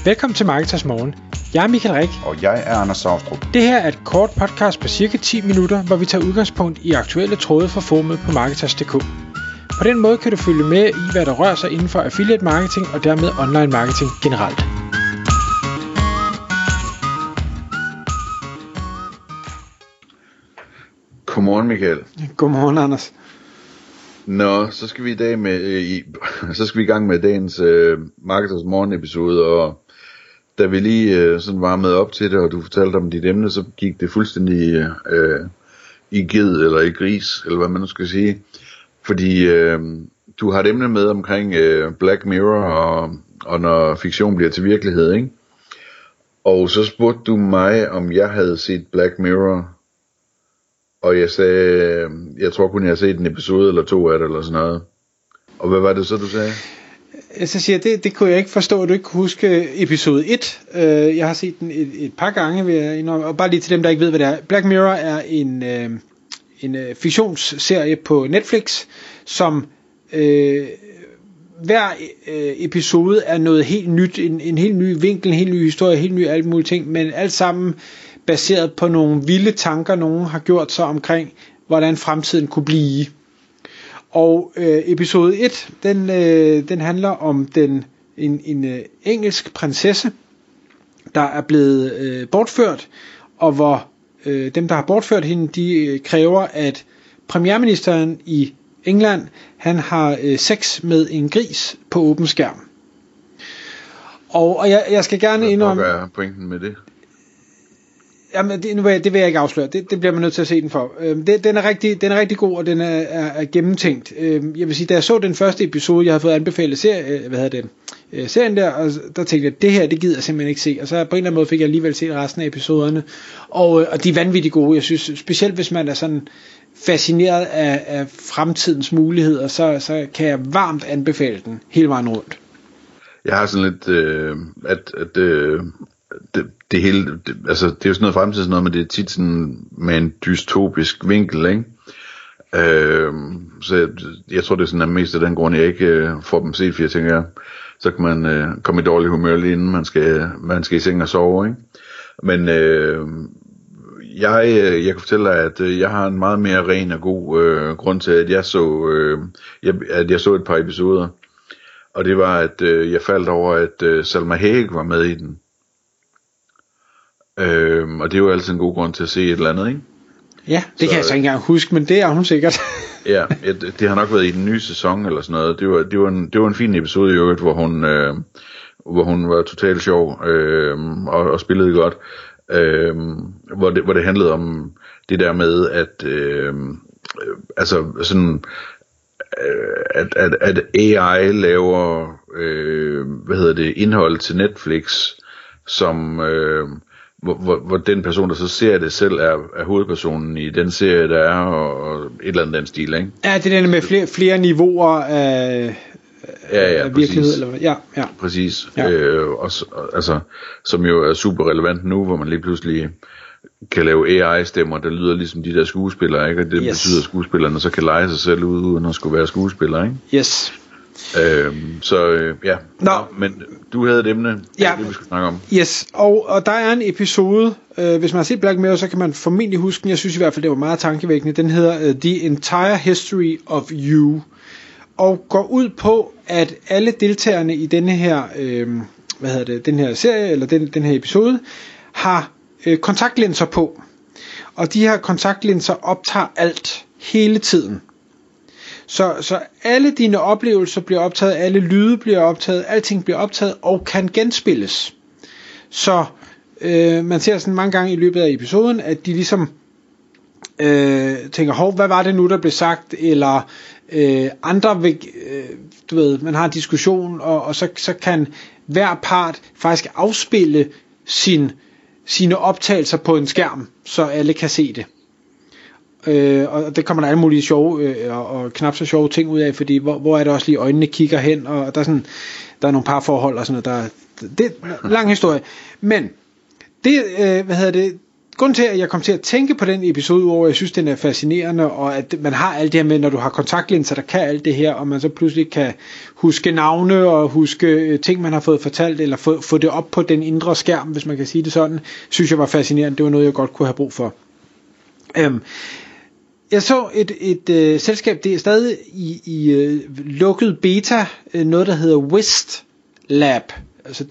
Velkommen til Marketers Morgen. Jeg er Michael Rik. Og jeg er Anders Saustrup. Det her er et kort podcast på cirka 10 minutter, hvor vi tager udgangspunkt i aktuelle tråde fra forumet på Marketers.dk. På den måde kan du følge med i, hvad der rører sig inden for affiliate marketing og dermed online marketing generelt. Godmorgen, Michael. Godmorgen, Anders. Nå, så skal vi i gang med dagens Marketers Morgen episode, og da vi lige sådan varmede op til det, og du fortalte om dit emne, så gik det fuldstændig i ged eller i gris, eller hvad man nu skal sige. Fordi du har et emne med omkring Black Mirror, og når fiktion bliver til virkelighed, ikke? Og så spurgte du mig, om jeg havde set Black Mirror, og jeg sagde, jeg tror kun jeg har set en episode eller to af det, eller sådan noget. Og hvad var det så, du sagde? Så siger jeg, det kunne jeg ikke forstå, at du ikke kunne huske episode 1. Jeg har set den et par gange, og bare lige til dem, der ikke ved, hvad det er. Black Mirror er en fiktionsserie på Netflix, som hver episode er noget helt nyt, en helt ny vinkel, en helt ny historie, en helt ny alt mulige ting, men alt sammen baseret på nogle vilde tanker, nogen har gjort sig omkring, hvordan fremtiden kunne blive. Og episode 1, den handler om en engelsk prinsesse, der er blevet bortført, og hvor dem, der har bortført hende, de kræver, at premierministeren i England, han har sex med en gris på åben skærm. Og jeg skal gerne indrømme... Hvad er pointen med det? Jamen, det vil jeg ikke afsløre. Det bliver man nødt til at se den for. Den er rigtig god, og den er gennemtænkt. Jeg vil sige, da jeg så den første episode, jeg havde fået anbefalet serien der, og der tænkte jeg, det her, det gider jeg simpelthen ikke se. Og så på en eller anden måde fik jeg alligevel set resten af episoderne. Og de er vanvittigt gode. Jeg synes, specielt hvis man er sådan fascineret af fremtidens muligheder, så kan jeg varmt anbefale den hele vejen rundt. Jeg har sådan lidt, det hele, altså det er jo sådan noget fremtids noget, men det er tit sådan med en dystopisk vinkel, ikke? Så jeg tror det er sådan mest af den grund, jeg ikke får dem set, for jeg tænker, så kan man komme i dårlig humør lige inden man skal i seng og sove, ikke? Men jeg kan fortælle dig, at jeg har en meget mere ren og god grund til, at jeg så et par episoder, og det var, at jeg faldt over, at Salma Hayek var med i den. Og det er jo altid en god grund til at se et eller andet, ikke? Ja, det kan jeg så ikke engang huske, men det er hun sikkert. Ja, det har nok været i den nye sæson eller sådan noget. Det var en fin episode i øvrigt, hvor hun var totalt sjov og spillede godt. Hvor det handlede om det der med at altså sådan at AI laver indhold til Netflix, som hvor den person, der så ser det selv, er hovedpersonen i den serie, der er, og et eller andet den stil, ikke? Ja, det er den med flere niveauer af virkelighed. Eller, ja. Præcis. Ja. Altså, som jo er super relevant nu, hvor man lige pludselig kan lave AI-stemmer, der lyder ligesom de der skuespillere, ikke? Og det betyder, at skuespillerne så kan lege sig selv ud, uden at skulle være skuespillere, ikke? Yes. Ja. Nå, men du havde et emne, det vi skulle snakke om. Yes, og der er en episode, hvis man har set Black Mirror, så kan man formentlig huske den. Jeg synes i hvert fald, det var meget tankevækkende. Den hedder The Entire History of You, og går ud på, at alle deltagerne i denne her, den her serie, eller den her episode, har kontaktlinser på. Og de her kontaktlinser optager alt, hele tiden. Så alle dine oplevelser bliver optaget, alle lyde bliver optaget, alting bliver optaget og kan genspilles. Så man ser sådan mange gange i løbet af episoden, at de ligesom tænker, hvad var det nu, der blev sagt, eller andre, du ved, man har en diskussion, og så kan hver part faktisk afspille sine optagelser på en skærm, så alle kan se det. Og det kommer der alle mulige sjove og knap så sjove ting ud af, fordi hvor er det også lige øjnene kigger hen, og der er nogle parforhold og sådan noget, det er en lang historie. Men det grunden til, at jeg kom til at tænke på den episode, hvor jeg synes, den er fascinerende, og at man har alt det her med, når du har kontaktlinser, der kan alt det her, og man så pludselig kan huske navne, og huske ting, man har fået fortalt, eller få det op på den indre skærm, hvis man kan sige det sådan, synes jeg var fascinerende. Det var noget, jeg godt kunne have brug for. Jeg så et selskab, det er stadig i lukket beta, noget der hedder Wist Lab, altså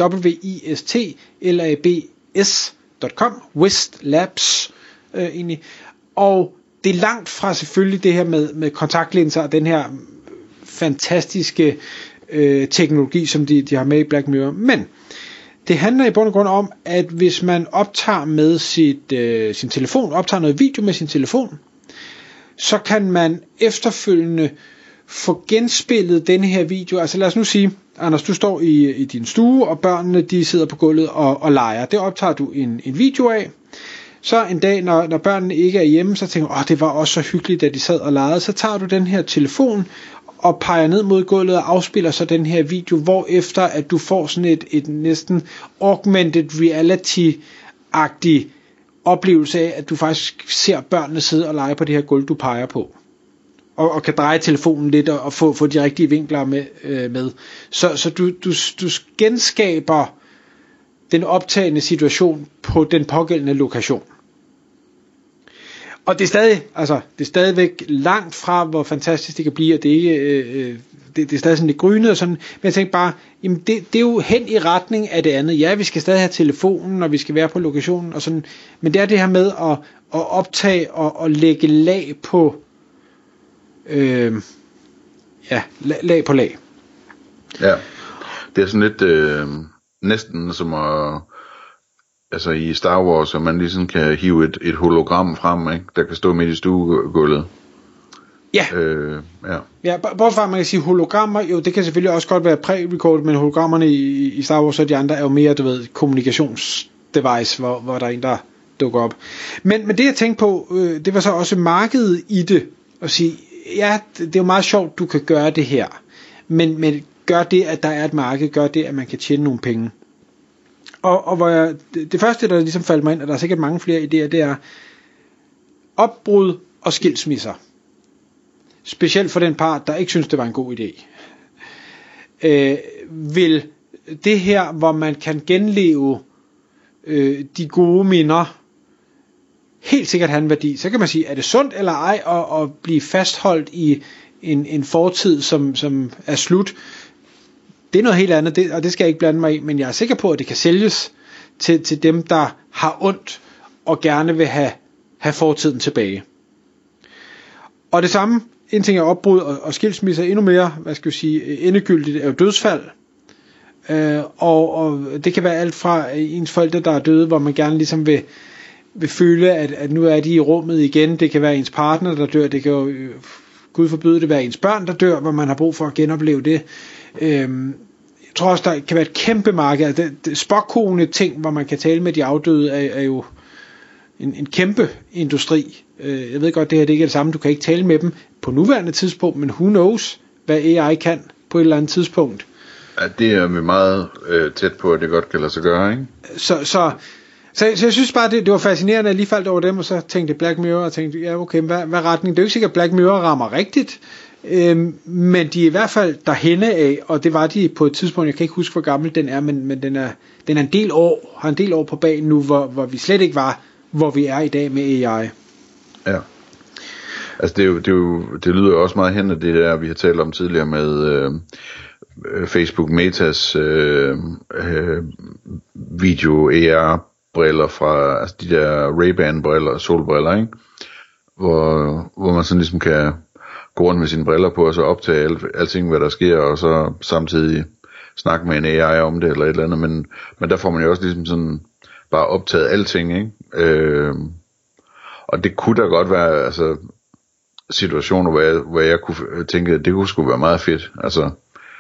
WISTLABS.com, Wist Labs egentlig, og det er langt fra selvfølgelig det her med kontaktlinser og den her fantastiske teknologi, som de har med i Black Mirror, men det handler i bund og grund om, at hvis man optager med sin telefon, optager noget video med sin telefon, så kan man efterfølgende få genspillet denne her video. Altså lad os nu sige, Anders, du står i din stue, og børnene de sidder på gulvet og leger. Det optager du en video af. Så en dag, når børnene ikke er hjemme, så tænker du, det var også så hyggeligt, at de sad og legede. Så tager du den her telefon og peger ned mod gulvet og afspiller så den her video, hvorefter at du får sådan et næsten augmented reality-agtigt oplevelse af, at du faktisk ser børnene sidde og lege på det her gulv, du peger på. Og kan dreje telefonen lidt og få de rigtige vinkler med. Så du genskaber den optagende situation på den pågældende lokation. Og det er stadigvæk langt fra, hvor fantastisk det kan blive, og det er ikke... Det er stadig sådan lidt grynet og sådan, men jeg tænkte bare, jamen det er jo hen i retning af det andet. Ja, vi skal stadig have telefonen, og vi skal være på lokationen og sådan, men det er det her med at optage og lægge lag på lag på lag. Ja, det er sådan lidt næsten som at altså i Star Wars, at man ligesom kan hive et hologram frem, ikke? Der kan stå midt i stuegulvet. Ja. Ja, bortset fra, man kan sige hologrammer, jo, det kan selvfølgelig også godt være pre-recorded, men hologrammerne i Star Wars og de andre er jo mere, du ved, kommunikationsdevice, hvor der er en, der dukker op. Men det jeg tænkte på, det var så også markedet i det, at sige, ja, det er jo meget sjovt, du kan gøre det her, men gør det, at der er et marked, gør det, at man kan tjene nogle penge. Og hvor det første, der ligesom faldt mig ind, og der er sikkert mange flere idéer, det er opbrud og skilsmisser. Specielt for den part, der ikke synes, det var en god idé. Vil det her, hvor man kan genleve de gode minder, helt sikkert have en værdi. Så kan man sige, er det sundt eller ej at blive fastholdt i en fortid, som er slut? Det er noget helt andet, og det skal jeg ikke blande mig i, men jeg er sikker på, at det kan sælges til dem, der har ondt og gerne vil have fortiden tilbage. Og det samme, en ting er opbrud og skilsmisser, endnu mere, endegyldigt er jo dødsfald. Og det kan være alt fra ens forældre, der er døde, hvor man gerne ligesom vil føle, at nu er de i rummet igen. Det kan være ens partner, der dør. Det kan jo, Gud forbyde det, være ens børn, der dør, hvor man har brug for at genopleve det. Jeg tror også, der kan være et kæmpe marked. Det spåkone ting, hvor man kan tale med de afdøde, er jo en kæmpe industri. Jeg ved godt, det her det ikke er det samme. Du kan ikke tale med dem på nuværende tidspunkt, men who knows, hvad AI kan på et eller andet tidspunkt. Ja, det er vi meget tæt på, at det godt kan lade sig gøre, ikke? Så jeg synes bare, det var fascinerende, at jeg lige faldt over dem, og så tænkte Black Mirror, og tænkte, ja okay, hvad retning? Det er jo ikke sikkert, at Black Mirror rammer rigtigt, men de er i hvert fald derhenne af, og det var de på et tidspunkt, jeg kan ikke huske, hvor gammel den er, men den er en del år, har en del år på bagen nu, hvor vi slet ikke var, hvor vi er i dag med AI. Ja. Altså det lyder jo også meget hen af det der, vi har talt om tidligere med Facebook Metas video AR briller fra, altså de der Ray-Ban briller, solbriller, ikke? Hvor man sådan ligesom kan gå rundt med sine briller på og så optage alting, hvad der sker, og så samtidig snakke med en AI om det eller et eller andet, men der får man jo også ligesom sådan bare optaget alting, ikke? Og det kunne da godt være altså situationer, hvor jeg kunne tænke, at det kunne sgu være meget fedt, altså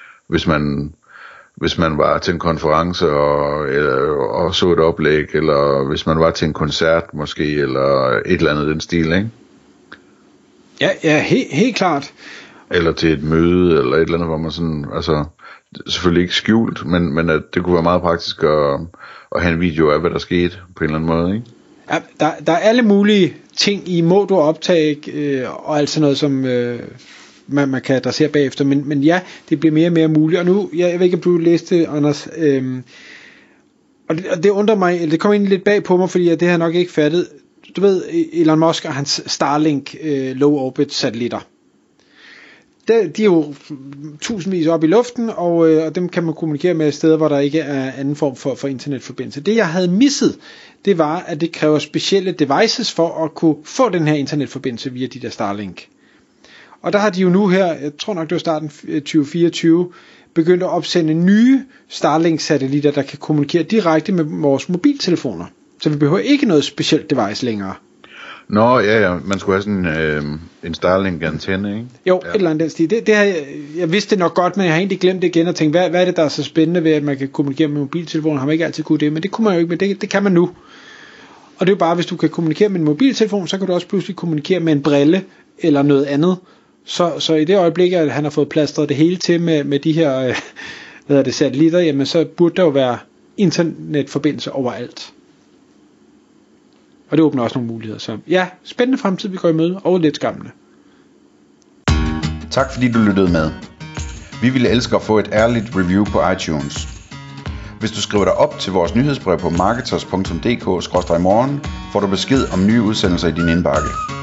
hvis man var til en konference og så et oplæg, eller hvis man var til en koncert måske, eller et eller andet den stil, ikke? Ja, helt klart. Eller til et møde, eller et eller andet, hvor man sådan, altså selvfølgelig ikke skjult, men at det kunne være meget praktisk at have en video af, hvad der skete, på en eller anden måde, ikke? Ja, der er alle mulige ting i Modo-optag og alt sådan noget, som man kan adressere bagefter, men ja, det bliver mere og mere muligt. Og nu, jeg ved ikke, om du læste, Anders, og det undrer mig, det kom egentlig lidt bag på mig, fordi det har jeg nok ikke fattet. Du ved, Elon Musk og hans Starlink low orbit satellitter. De er jo tusindvis op i luften, og dem kan man kommunikere med steder, hvor der ikke er anden form for internetforbindelse. Det jeg havde misset, det var, at det kræver specielle devices for at kunne få den her internetforbindelse via de der Starlink. Og der har de jo nu her, jeg tror nok det var starten 2024, begyndt at opsende nye Starlink-satellitter, der kan kommunikere direkte med vores mobiltelefoner. Så vi behøver ikke noget specielt device længere. Nå, ja, man skulle have sådan en Starlink-antenne, ikke? Jo, ja. Et eller andet den stil. Det har jeg vidste det nok godt, men jeg har egentlig glemt det igen og tænkt, hvad er det, der er så spændende ved, at man kan kommunikere med mobiltelefoner? Har man ikke altid kunne det, men det kunne man jo ikke, men det kan man nu. Og det er jo bare, hvis du kan kommunikere med en mobiltelefon, så kan du også pludselig kommunikere med en brille eller noget andet. Så i det øjeblik, at han har fået plastret det hele til med de her satellitter, jamen så burde der jo være internetforbindelse overalt. Og det åbner også nogle muligheder. Så ja, spændende fremtid, vi går i møde, og lidt skræmmende. Tak fordi du lyttede med. Vi ville elske at få et ærligt review på iTunes. Hvis du skriver dig op til vores nyhedsbrev på marketers.dk/morgen, får du besked om nye udsendelser i din indbakke.